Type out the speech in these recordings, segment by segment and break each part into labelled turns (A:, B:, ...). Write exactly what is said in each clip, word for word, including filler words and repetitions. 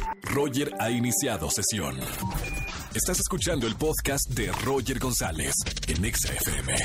A: Roger ha iniciado sesión. Estás escuchando el podcast de Roger González en Exa F M.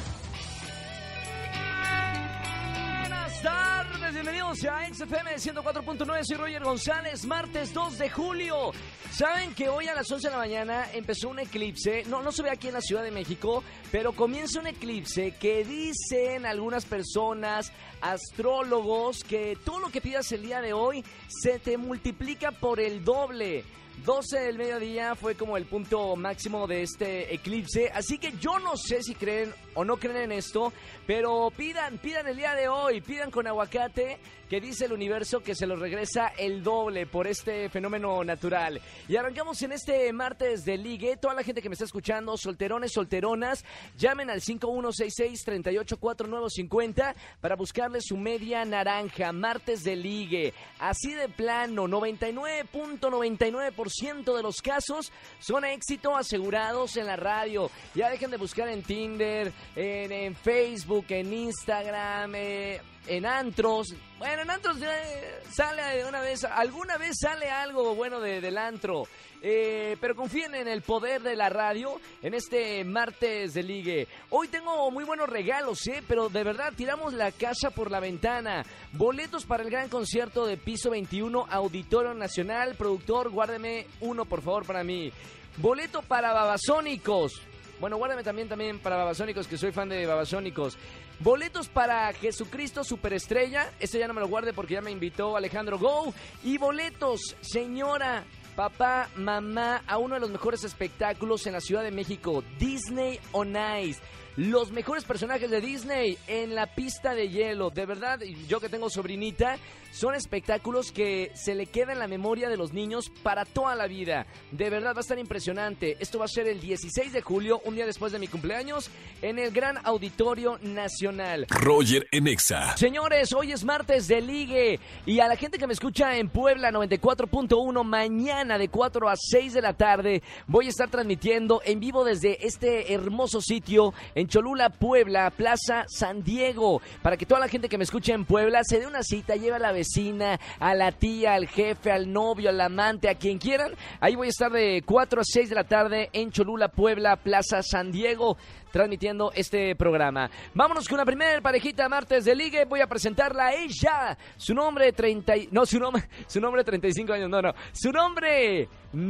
B: Buenas tardes, bienvenidos a Exa F M ciento cuatro punto nueve. Soy Roger González, martes dos de julio. ¿Saben que hoy a las once de la mañana empezó un eclipse? No, no se ve aquí en la Ciudad de México, pero comienza un eclipse que dicen algunas personas, astrólogos, que todo lo que pidas el día de hoy se te multiplica por el doble. doce del mediodía fue como el punto máximo de este eclipse, así que yo no sé si creen o no creen en esto, pero pidan, pidan el día de hoy, pidan con aguacate, que dice el universo que se los regresa el doble por este fenómeno natural. Y arrancamos en este martes de ligue. Toda la gente que me está escuchando, solterones, solteronas, llamen al cinco uno seis seis, tres ocho cuatro nueve cinco cero para buscarle su media naranja. Martes de ligue. Así de plano, noventa y nueve punto noventa y nueve por ciento de los casos son éxito asegurados en la radio. Ya dejen de buscar en Tinder, en, en Facebook, en Instagram, eh, en antros. Bueno, en antros eh, sale de una vez, alguna vez sale algo bueno de, del antro. Eh, pero confíen en el poder de la radio en este martes de ligue. Hoy tengo muy buenos regalos, ¿eh? Pero de verdad tiramos la casa por la ventana. Boletos para el gran concierto de Piso veintiuno, Auditorio Nacional. Productor, guárdeme uno por favor para mí. Boleto para Babasónicos. Bueno, guárdame también, también para Babasónicos, que soy fan de Babasónicos. Boletos para Jesucristo Superestrella. Este ya no me lo guarde porque ya me invitó Alejandro Go. Y boletos, señora, papá, mamá, a uno de los mejores espectáculos en la Ciudad de México, Disney on Ice. Los mejores personajes de Disney en la pista de hielo. De verdad, yo que tengo sobrinita, son espectáculos que se le queda en la memoria de los niños para toda la vida. De verdad, va a estar impresionante. Esto va a ser el dieciséis de julio, un día después de mi cumpleaños, en el Gran Auditorio Nacional.
A: Roger en Exa.
B: Señores, hoy es martes de ligue. Y a la gente que me escucha en Puebla noventa y cuatro punto uno, mañana de cuatro a seis de la tarde, voy a estar transmitiendo en vivo desde este hermoso sitio en Cholula, Puebla, Plaza San Diego, para que toda la gente que me escuche en Puebla se dé una cita, lleve a la vecina, a la tía, al jefe, al novio, al amante, a quien quieran. Ahí voy a estar de cuatro a seis de la tarde en Cholula, Puebla, Plaza San Diego, transmitiendo este programa. Vámonos con la primera parejita martes de ligue. Voy a presentarla a ella. Su nombre treinta, no, su nombre, su nombre treinta y cinco años, no, no. Su nombre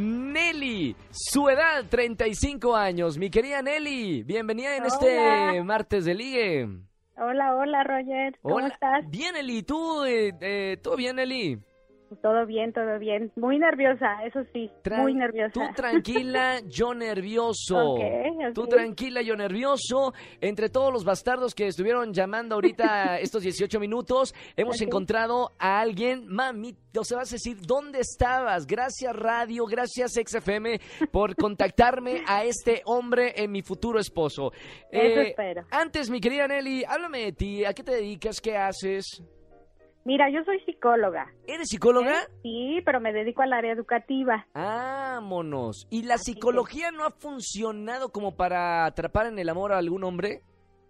B: Nelly, su edad treinta y cinco años. Mi querida Nelly, bienvenida en
C: Hola.
B: Este martes de ligue.
C: Hola, hola, Roger. ¿Cómo
B: Hola.
C: estás?
B: Bien, Nelly. ¿Tú, eh, eh, todo bien, Nelly?
C: Todo bien, todo bien. Muy nerviosa, eso sí,
B: Tran-
C: muy nerviosa.
B: Tú tranquila, yo nervioso.
C: Okay, okay.
B: Tú tranquila, yo nervioso. Entre todos los bastardos que estuvieron llamando ahorita estos dieciocho minutos, hemos
C: Okay.
B: encontrado a alguien. Mami, o sea, vas a decir, ¿dónde estabas? Gracias, radio, gracias, X F M, por contactarme a este hombre, en mi futuro esposo.
C: Eso espero.
B: Antes, mi querida Nelly, háblame de ti. ¿A qué te dedicas? ¿Qué haces?
C: Mira, yo soy psicóloga.
B: ¿Eres psicóloga?
C: ¿Eh? Sí, pero me dedico al área educativa.
B: Vámonos. ¿Y la
C: Así
B: psicología no ha funcionado como para atrapar en el amor a algún hombre?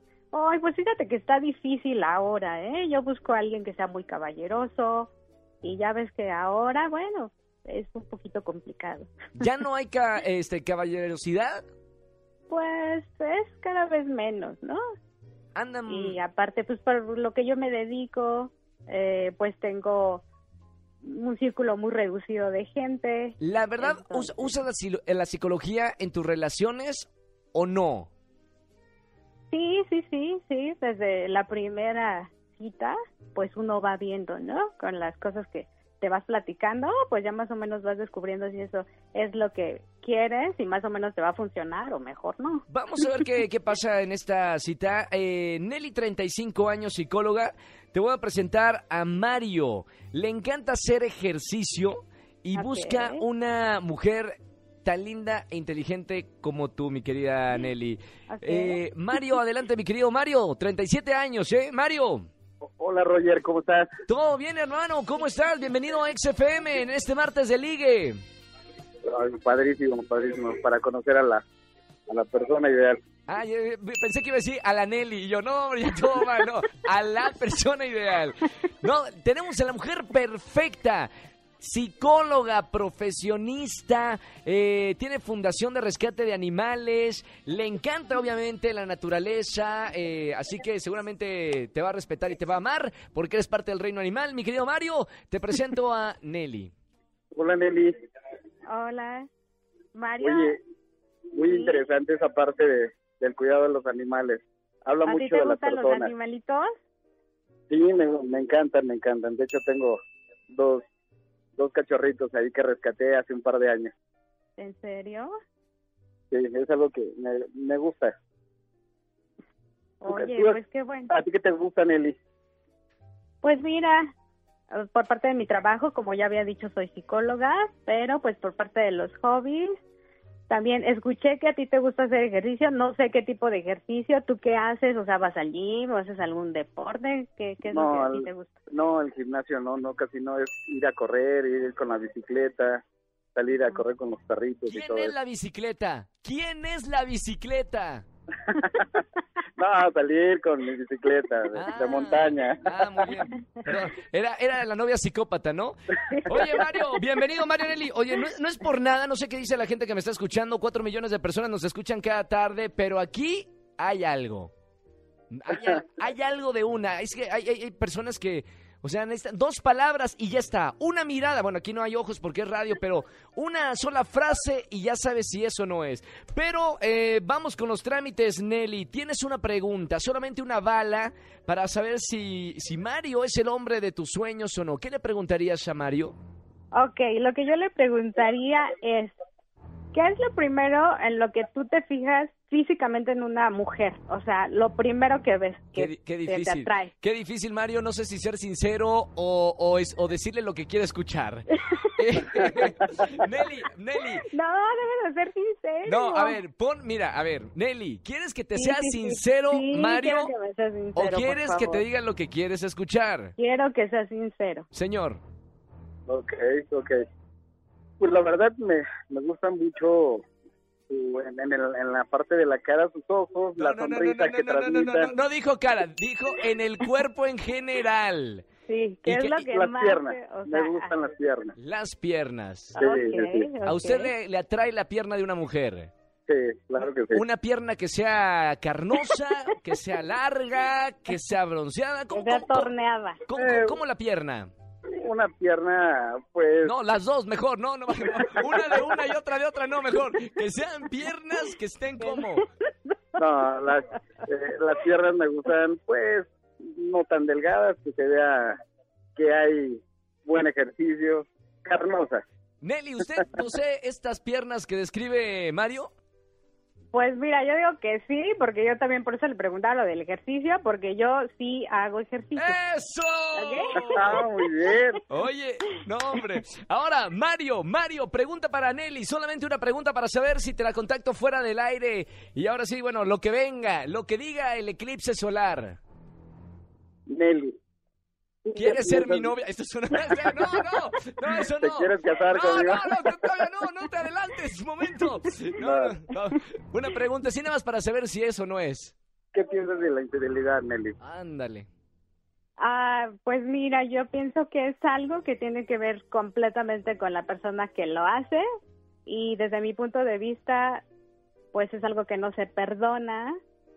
C: Ay, pues fíjate que está difícil ahora, ¿eh? Yo busco a alguien que sea muy caballeroso y ya ves que ahora, bueno, es un poquito complicado.
B: ¿Ya no hay ca- este, caballerosidad?
C: Pues es cada vez menos, ¿no?
B: Andan...
C: Y aparte, pues por lo que yo me dedico, eh, pues tengo un círculo muy reducido de gente.
B: La verdad,
C: Entonces-
B: ¿us- ¿usas la, silo- la psicología en tus relaciones o no?
C: Sí, sí, sí, sí, desde la primera cita, pues uno va viendo, ¿no? Con las cosas que te vas platicando, pues ya más o menos vas descubriendo si eso es lo que quieres y más o menos te va a funcionar o mejor no.
B: Vamos a ver qué, qué pasa en esta cita. Eh, Nelly, treinta y cinco años, psicóloga. Te voy a presentar a Mario. Le encanta hacer ejercicio y
C: Ok.
B: busca una mujer tan linda e inteligente como tú, mi querida Nelly.
C: Ok.
B: Eh, Mario, adelante, mi querido Mario. treinta y siete años, ¿eh? Mario.
D: Hola Roger, ¿cómo estás?
B: ¿Todo bien, hermano? ¿Cómo estás? Bienvenido a X F M en este martes de ligue.
D: Ay, padrísimo, padrísimo, para conocer a la, a la persona ideal.
B: Ah, yo pensé que iba a decir a la Nelly. Y yo, no, hombre, ya todo mal, no. A la persona ideal. No, tenemos a la mujer perfecta. psicóloga profesionista, eh, tiene fundación de rescate de animales, le encanta obviamente la naturaleza, eh, así que seguramente te va a respetar y te va a amar porque eres parte del reino animal. Mi querido Mario, te presento a Nelly.
D: Hola, Nelly.
C: Hola, Mario.
D: Oye, muy
C: Sí.
D: interesante esa parte de, del cuidado de los animales. Habla
C: ¿A ti
D: mucho
C: te
D: de las
C: gustan los
D: personas.
C: animalitos?
D: Sí, me, me encantan, me encantan. De hecho, tengo dos, dos cachorritos ahí que rescaté hace un par de años.
C: ¿En serio?
D: Sí, es algo que me, me gusta.
C: Oye,
D: Tú-
C: pues qué bueno.
D: ¿A ti qué te gusta, Nelly?
C: Pues mira, por parte de mi trabajo, como ya había dicho, soy psicóloga, pero pues por parte de los hobbies, también escuché que a ti te gusta hacer ejercicio, no sé qué tipo de ejercicio, ¿tú qué haces? O sea, ¿vas al gym o haces algún deporte? ¿Qué, qué es lo que a ti
D: al-
C: te gusta?
D: no, el gimnasio no, no, casi no. Es ir a correr, ir con la bicicleta, salir a correr con los perritos y
B: ¿Quién
D: todo
B: es
D: eso.
B: la bicicleta? ¿Quién es la bicicleta?
D: No, salir con mi bicicleta de,
B: Ah,
D: de montaña.
B: Ah, muy bien. Perdón, era, era la novia psicópata, ¿no? Oye, Mario, bienvenido, Mario Nelly. Oye, no, no es por nada, no sé qué dice la gente que me está escuchando. Cuatro millones de personas nos escuchan cada tarde, pero aquí hay algo. Hay, hay algo de una. Es que hay, hay, hay personas que, o sea, necesitan dos palabras y ya está. Una mirada, bueno, aquí no hay ojos porque es radio, pero una sola frase y ya sabes si eso no es. Pero eh, vamos con los trámites, Nelly. Tienes una pregunta, solamente una bala para saber si, si Mario es el hombre de tus sueños o no. ¿Qué le preguntarías a Mario?
C: Ok, lo que yo le preguntaría es, ¿qué es lo primero en lo que tú te fijas físicamente en una mujer? O sea, lo primero que ves que
B: Qué, di- qué
C: te- te
B: difícil.
C: atrae.
B: Qué difícil, Mario. No sé si ser sincero o, o, es, o decirle lo que quiere escuchar. Nelly, Nelly.
C: No, debes de ser sincero.
B: No, a ver, pon, mira, a ver, Nelly, ¿quieres que te
C: Sí,
B: sea
C: sí, sí.
B: sincero,
C: Sí,
B: Mario?
C: quiero que me seas sincero,
B: ¿O
C: por
B: quieres que te
C: favor.
B: diga lo que quieres escuchar?
C: Quiero que seas sincero.
B: Señor.
D: Ok, ok. Pues la verdad me, me gusta mucho su- en, en, el- en la parte de la cara, sus ojos, la
B: No, no, no, no,
D: sonrisa
B: no,
D: que
B: no, no, no, no, no,
D: transmitan.
B: no dijo cara, dijo en el cuerpo en general.
C: Sí, ¿qué
B: ¿Y
C: es
B: qué-
C: lo
B: y
C: que
D: Las
C: más...
D: piernas,
C: te- o
D: me
C: sea,
D: gustan las piernas.
B: Las piernas.
D: Sí,
C: ok,
D: sí, sí.
B: ¿A
C: ok.
B: usted le, le atrae la pierna de una mujer?
D: Sí, claro que sí.
B: Una pierna que sea carnosa, que sea larga, que sea bronceada.
C: Que
B: ¿Cómo,
C: sea
B: cómo-
C: torneada.
B: cómo-
D: Eh,
B: cómo la pierna?
D: Una pierna, pues,
B: No, las dos, mejor, no, no, una de una y otra de otra, no, mejor. Que sean piernas que estén como...
D: no, las, eh, las piernas me gustan, pues, no tan delgadas, que se vea que hay buen ejercicio, carnosas.
B: Nelly, ¿usted posee estas piernas que describe Mario?
C: Pues mira, yo digo que sí, porque yo también por eso le preguntaba lo del ejercicio, porque yo sí hago ejercicio.
B: ¡Eso!
D: Ah, muy bien.
B: Oye, no, hombre. Ahora, Mario, Mario, pregunta para Nelly. Solamente una pregunta para saber si te la contacto fuera del aire. Y ahora sí, bueno, lo que venga, lo que diga el eclipse solar.
D: Nelly.
B: ¿Quieres ser mi novia? Esto es una... No, no, no, eso no.
D: ¿Te quieres casar
B: no,
D: conmigo?
B: No, no, todavía no, no te adelantes, un momento. No, no, no. Una pregunta, así nada más para saber si eso no es.
D: ¿Qué piensas de la infidelidad, Nelly?
B: Ándale.
C: Ah, pues mira, yo pienso que es algo que tiene que ver completamente con la persona que lo hace y desde mi punto de vista, pues es algo que no se perdona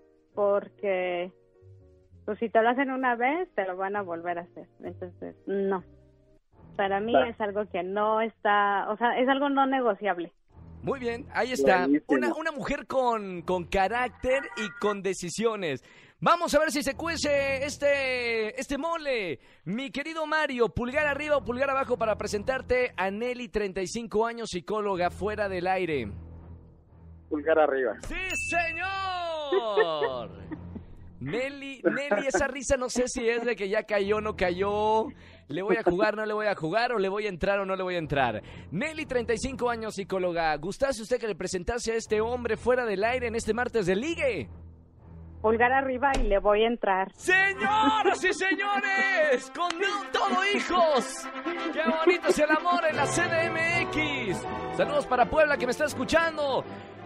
C: porque pues si te lo hacen una vez, te lo van a volver a hacer. Entonces, no. Para mí
D: Va.
C: es algo que no está, o sea, es algo no negociable.
B: Muy bien, ahí está.
D: Buenísimo.
B: Una, una mujer con, con carácter y con decisiones. Vamos a ver si se cuece este, este mole. Mi querido Mario, pulgar arriba o pulgar abajo para presentarte a Nelly, treinta y cinco años, psicóloga fuera del aire.
D: Pulgar arriba.
B: ¡Sí, señor! Nelly, Nelly, esa risa no sé si es de que ya cayó o no cayó. ¿Le voy a jugar, no le voy a jugar? ¿O le voy a entrar o no le voy a entrar? Nelly, treinta y cinco años, psicóloga. ¿Gustase usted que le presentase a este hombre fuera del aire en este martes de ligue?
C: Pulgar arriba y le voy a entrar.
B: ¡Señoras y señores! ¡Con todo, hijos! ¡Qué bonito es el amor en la C D M X! Saludos para Puebla que me está escuchando.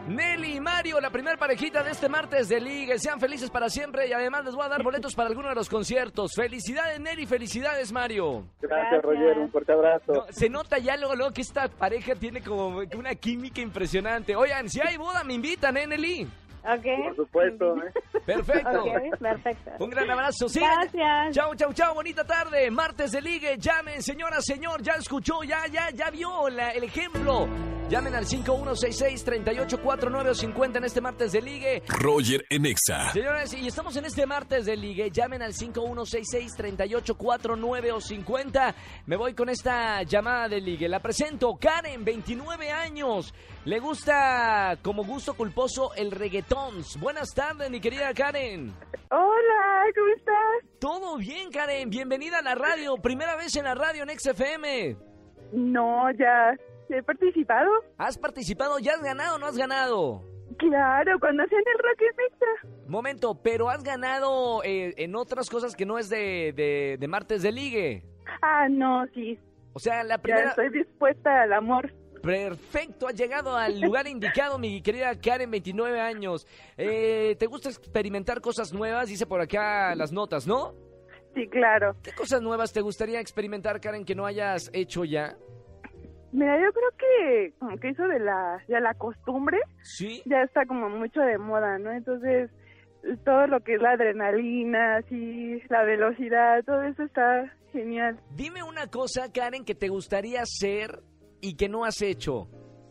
B: Nelly y Mario, la primera parejita de este martes de ligue. Sean felices para siempre y además les voy a dar boletos para alguno de los conciertos. Felicidades, Nelly, felicidades, Mario.
D: Gracias,
C: Gracias.
D: Roger, un fuerte abrazo.
B: No, se nota ya luego, luego que esta pareja tiene como una química impresionante. Oigan, si hay boda, me invitan, ¿eh, Nelly?
C: Ok.
D: Por supuesto. ¿eh?
B: Perfecto.
C: Ok, perfecto.
B: Un gran abrazo. Sí.
C: Gracias.
B: Chao, chao, chao. Bonita tarde. Martes de ligue. Llamen, señora, señor. Ya escuchó, ya, ya, ya vio la- el ejemplo. Llamen al cinco uno seis seis, tres ocho cuatro nueve o cincuenta en este martes de ligue.
A: Roger en Exa.
B: Señores, y estamos en este martes de ligue. Llamen al cinco uno seis seis, tres ocho cuatro nueve o cincuenta. Me voy con esta llamada de ligue. La presento. Karen, veintinueve años. Le gusta como gusto culposo el reggaetón. Buenas tardes, mi querida Karen.
C: Hola, ¿cómo estás?
B: Todo bien, Karen. Bienvenida a la radio. Primera vez en la radio en X F M.
C: No, ya he participado.
B: ¿Has participado? ¿Ya has ganado o no has ganado?
C: Claro, cuando hacían el Rock en Exa.
B: Momento, pero has ganado eh, en otras cosas que no es de, de, de martes de ligue.
C: Ah, no, sí.
B: O sea, la
C: Ya
B: primera...
C: estoy dispuesta al amor.
B: Perfecto, has llegado al lugar indicado, mi querida Karen, veintinueve años. Eh, ¿Te gusta experimentar cosas nuevas? Dice por acá las notas, ¿no?
C: Sí, claro.
B: ¿Qué cosas nuevas te gustaría experimentar, Karen, que no hayas hecho ya?
C: Mira, yo creo que como que eso de la, de la costumbre
B: Sí.
C: ya está como mucho de moda, ¿no? Entonces, todo lo que es la adrenalina, así, la velocidad, todo eso está genial.
B: Dime una cosa, Karen, que te gustaría hacer y que no has hecho.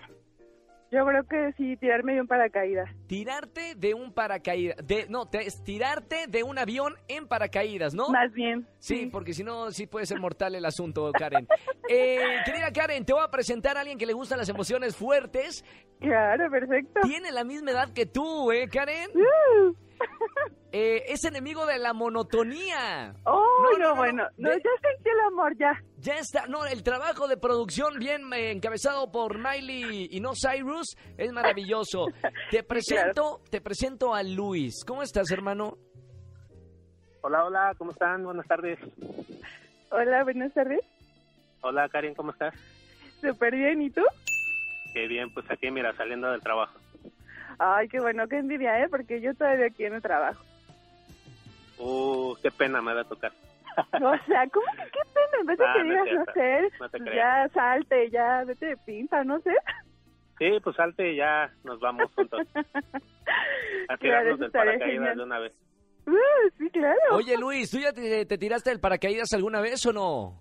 C: Yo creo que sí, tirarme de un paracaídas.
B: Tirarte de un paracaídas, de, no, te, es tirarte de un avión en paracaídas, ¿no?
C: Más bien.
B: Sí, porque si no, sí puede ser mortal el asunto, Karen. Eh, querida Karen, te voy a presentar a alguien que le gustan las emociones fuertes.
C: Claro, perfecto.
B: Tiene la misma edad que tú, ¿eh, Karen?
C: Uh.
B: Eh, es enemigo de la monotonía.
C: Oh,
B: No,
C: no,
B: no, no,
C: bueno.
B: no,
C: No,
B: de-
C: ya sentí el amor, ya.
B: Ya está, no, el trabajo de producción bien eh, encabezado por Miley y no Cyrus es maravilloso. Te presento, te presento a Luis. ¿Cómo estás, hermano?
E: Hola, hola, ¿cómo están? Buenas tardes.
C: Hola, buenas tardes.
E: Hola, Karen, ¿cómo estás?
C: Súper bien, ¿y tú?
E: Qué bien, pues aquí, mira, saliendo del trabajo.
C: Ay, qué bueno, qué envidia, ¿eh? Porque yo todavía aquí en el trabajo.
E: Uh, qué pena me va a tocar.
C: O sea, ¿cómo que qué pena? En vez de
E: Ah,
C: que
E: no es
C: digas, no
E: cierto,
C: sé,
E: no te
C: pues
E: creas.
C: ya salte, ya vete de pinta, no sé.
E: Sí, pues salte y ya nos vamos juntos. A
C: Claro,
E: tirarnos
C: eso
E: del
C: estaría
E: paracaídas
C: genial.
E: de una vez.
C: Uh, sí, claro.
B: Oye, Luis, ¿tú ya te, te tiraste del paracaídas alguna vez o no?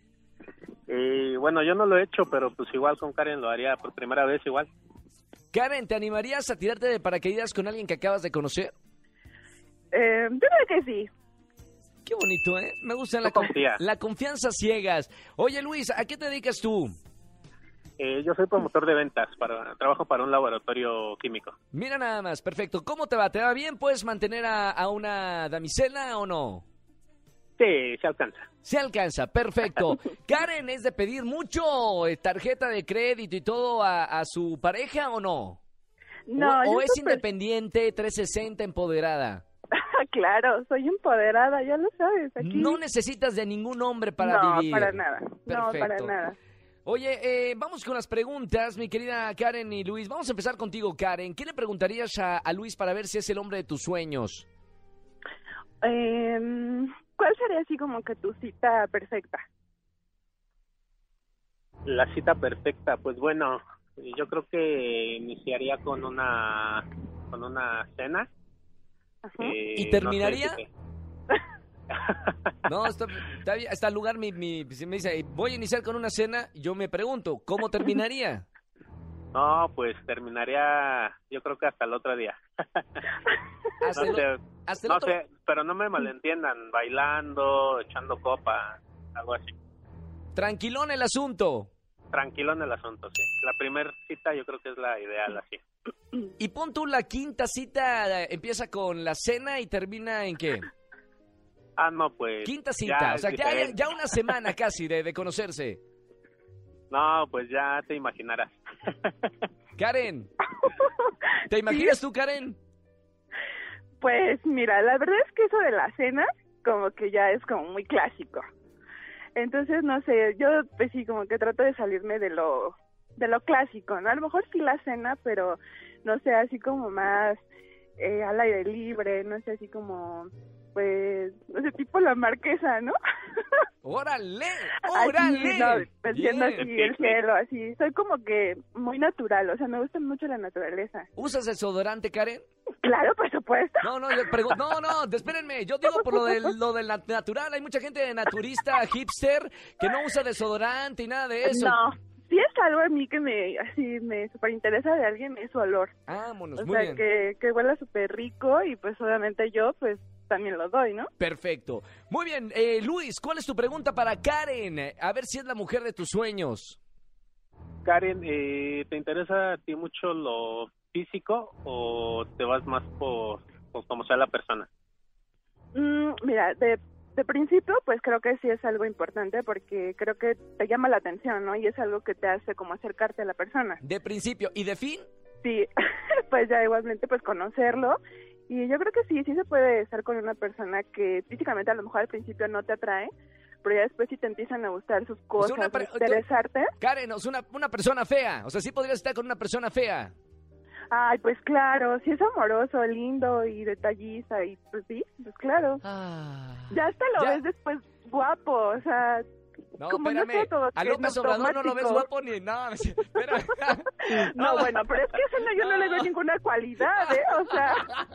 E: Y bueno, yo no lo he hecho, pero pues igual con Karen lo haría por primera vez igual.
B: Karen, ¿te animarías a tirarte de paracaídas con alguien que acabas de conocer?
C: Eh, yo creo que sí.
B: Qué bonito, ¿eh? Me gusta la,
E: Tú
B: con-
E: confía.
B: la confianza ciegas. Oye, Luis, ¿a qué te dedicas tú?
E: Eh, yo soy promotor de ventas, para trabajo para un laboratorio químico.
B: Mira nada más, perfecto. ¿Cómo te va? ¿Te va bien? ¿Puedes mantener a, a una damisela o no?
E: Sí, se alcanza.
B: Se alcanza, perfecto. Karen, ¿es de pedir mucho eh, tarjeta de crédito y todo a, a su pareja o no?
C: No,
B: ¿O,
C: yo
B: o es
C: súper-
B: independiente, trescientos sesenta, empoderada?
C: Claro, soy empoderada, ya lo sabes. Aquí.
B: No necesitas de ningún hombre para
C: no,
B: vivir.
C: para nada. No, para
B: Perfecto.
C: nada.
B: Oye, eh, vamos con las preguntas, mi querida Karen y Luis. Vamos a empezar contigo, Karen. ¿Qué le preguntarías a, a Luis para ver si es el hombre de tus sueños?
C: Eh, ¿Cuál sería así como que tu cita perfecta?
E: La cita perfecta, pues bueno, yo creo que iniciaría con una con una cena.
C: Ajá.
E: Eh,
B: ¿Y terminaría?
E: no sé,
B: No, está, está bien, hasta el lugar mi, mi, si me dice, voy a iniciar con una cena, yo me pregunto, ¿cómo terminaría?
E: no, pues terminaría, yo creo que hasta el otro día.
B: Hasta
E: No
B: el,
E: sé,
B: hasta el
E: no
B: otro...
E: sé, pero no me malentiendan, bailando, echando copa, algo así.
B: Tranquilón el asunto.
E: Tranquilo en el asunto, sí. La primera cita yo creo que es la ideal, así.
B: Y pon tú la quinta cita, eh, empieza con la cena y termina en qué?
E: Ah, no, pues...
B: Quinta
E: ya
B: cita, o
E: es
B: sea, ya,
E: diferente.
B: ya una semana casi de, de conocerse.
E: No, pues ya te imaginarás.
B: Karen, ¿te imaginas tú, Karen?
C: Pues mira, la verdad es que eso de la cena como que ya es como muy clásico. Entonces, no sé, yo pues sí como que trato de salirme de lo de lo clásico, ¿no? A lo mejor sí la cena, pero
F: no sé, así como más eh, al aire libre, no sé, así como, pues, no sé, tipo la marquesa, ¿no?
B: ¡Órale!
F: Así,
B: ¡Órale!
F: no, pues, viendo
B: Bien.
F: así el cielo, así, soy como que muy natural, o sea, me gusta mucho la naturaleza.
B: ¿Usas desodorante, Karen?
F: Claro, por supuesto.
B: No, no, yo pregunto, no, no, espérenme, yo digo por lo del, lo del nat- natural, hay mucha gente naturista, hipster, que no usa desodorante y nada de eso.
F: No, sí es algo a mí que me, así, me súper interesa de alguien, es su olor.
B: Vámonos,
F: O
B: muy
F: sea,
B: bien.
F: que, que huela súper rico y pues obviamente yo, pues, también lo doy, ¿no?
B: Perfecto. Muy bien, eh, Luis, ¿cuál es tu pregunta para Karen? A ver si es la mujer de tus sueños.
E: Karen, eh, ¿te interesa a ti mucho lo físico o te vas más por, por cómo sea la persona?
F: Mm, mira, de, de principio, pues creo que sí es algo importante porque creo que te llama la atención, ¿no? Y es algo que te hace como acercarte a la persona.
B: De principio. ¿Y de fin?
F: Sí, pues ya igualmente pues conocerlo. Y yo creo que sí, sí se puede estar con una persona que físicamente a lo mejor al principio no te atrae, pero ya después sí te empiezan a gustar sus cosas,
B: una pre-
F: interesarte.
B: Karen, o sea, una, una persona fea. O sea, sí podrías estar con una persona fea.
F: Ay, pues claro, si es amoroso, lindo y detallista y pues sí, pues claro.
B: Ah.
F: Ya hasta lo
B: Ya.
F: ves después guapo, o sea,
B: No,
F: como no
B: espérame.
F: sé, todo
B: A
F: que
B: López
F: es
B: Obrador no lo ves
F: automático.
B: guapo ni nada. Espera.
F: No, bueno, pero es que eso no, yo no le veo ninguna cualidad, ¿eh? O sea,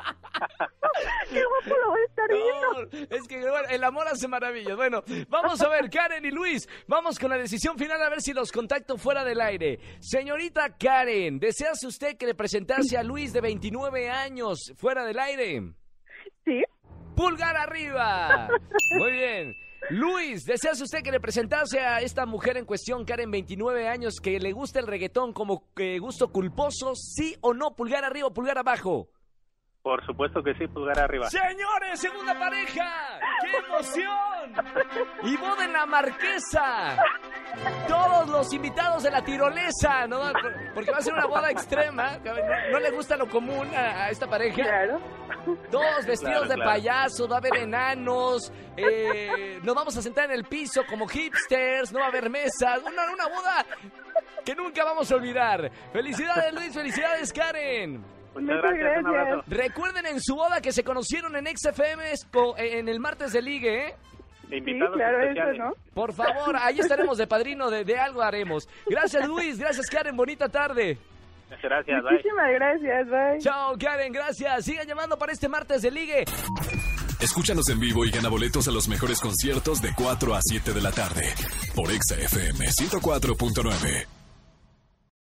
F: qué guapo lo voy a estar viendo.
B: No, es que bueno, el amor hace maravillas. Bueno, vamos a ver, Karen y Luis, vamos con la decisión final a ver si los contacto fuera del aire. Señorita Karen, ¿deseas usted que le presentase a Luis de veintinueve años fuera del aire?
F: Sí,
B: ¡Pulgar arriba! Muy bien. Luis, ¿deseas usted que le presentase a esta mujer en cuestión, Karen, veintinueve años, que le gusta el reggaetón como eh, gusto culposo? ¿Sí o no? ¿Pulgar arriba o pulgar abajo?
E: Por supuesto que sí, pulgar arriba.
B: ¡Señores, segunda pareja! ¡Qué emoción! ¡Y boda en la Marquesa! Todos los invitados de la tirolesa, ¿no? Porque va a ser una boda extrema. No, no le gusta lo común a, a esta pareja.
F: claro.
B: Todos vestidos
E: Claro,
B: de
E: claro.
B: payaso, va a haber enanos, eh, nos vamos a sentar en el piso como hipsters, no va a haber mesas. Una, una boda que nunca vamos a olvidar. ¡Felicidades, Luis! ¡Felicidades, Karen!
E: Muchas
F: Muchas
E: gracias, un
F: gracias.
E: abrazo.
B: Recuerden en su boda que se conocieron en X F M co- en el martes de ligue, ¿eh?
E: De
F: Sí,
E: invitados
F: claro, eso,
E: especiales.
F: ¿no?
B: Por favor, ahí estaremos de padrino, de, de algo haremos. Gracias, Luis, gracias, Karen, bonita tarde.
E: Gracias, bye.
F: Muchísimas gracias, bye.
B: Chao, Karen, gracias. Sigan llamando para este martes de ligue.
A: Escúchanos en vivo y gana boletos a los mejores conciertos de cuatro a siete de la tarde por Exa F M ciento cuatro punto nueve.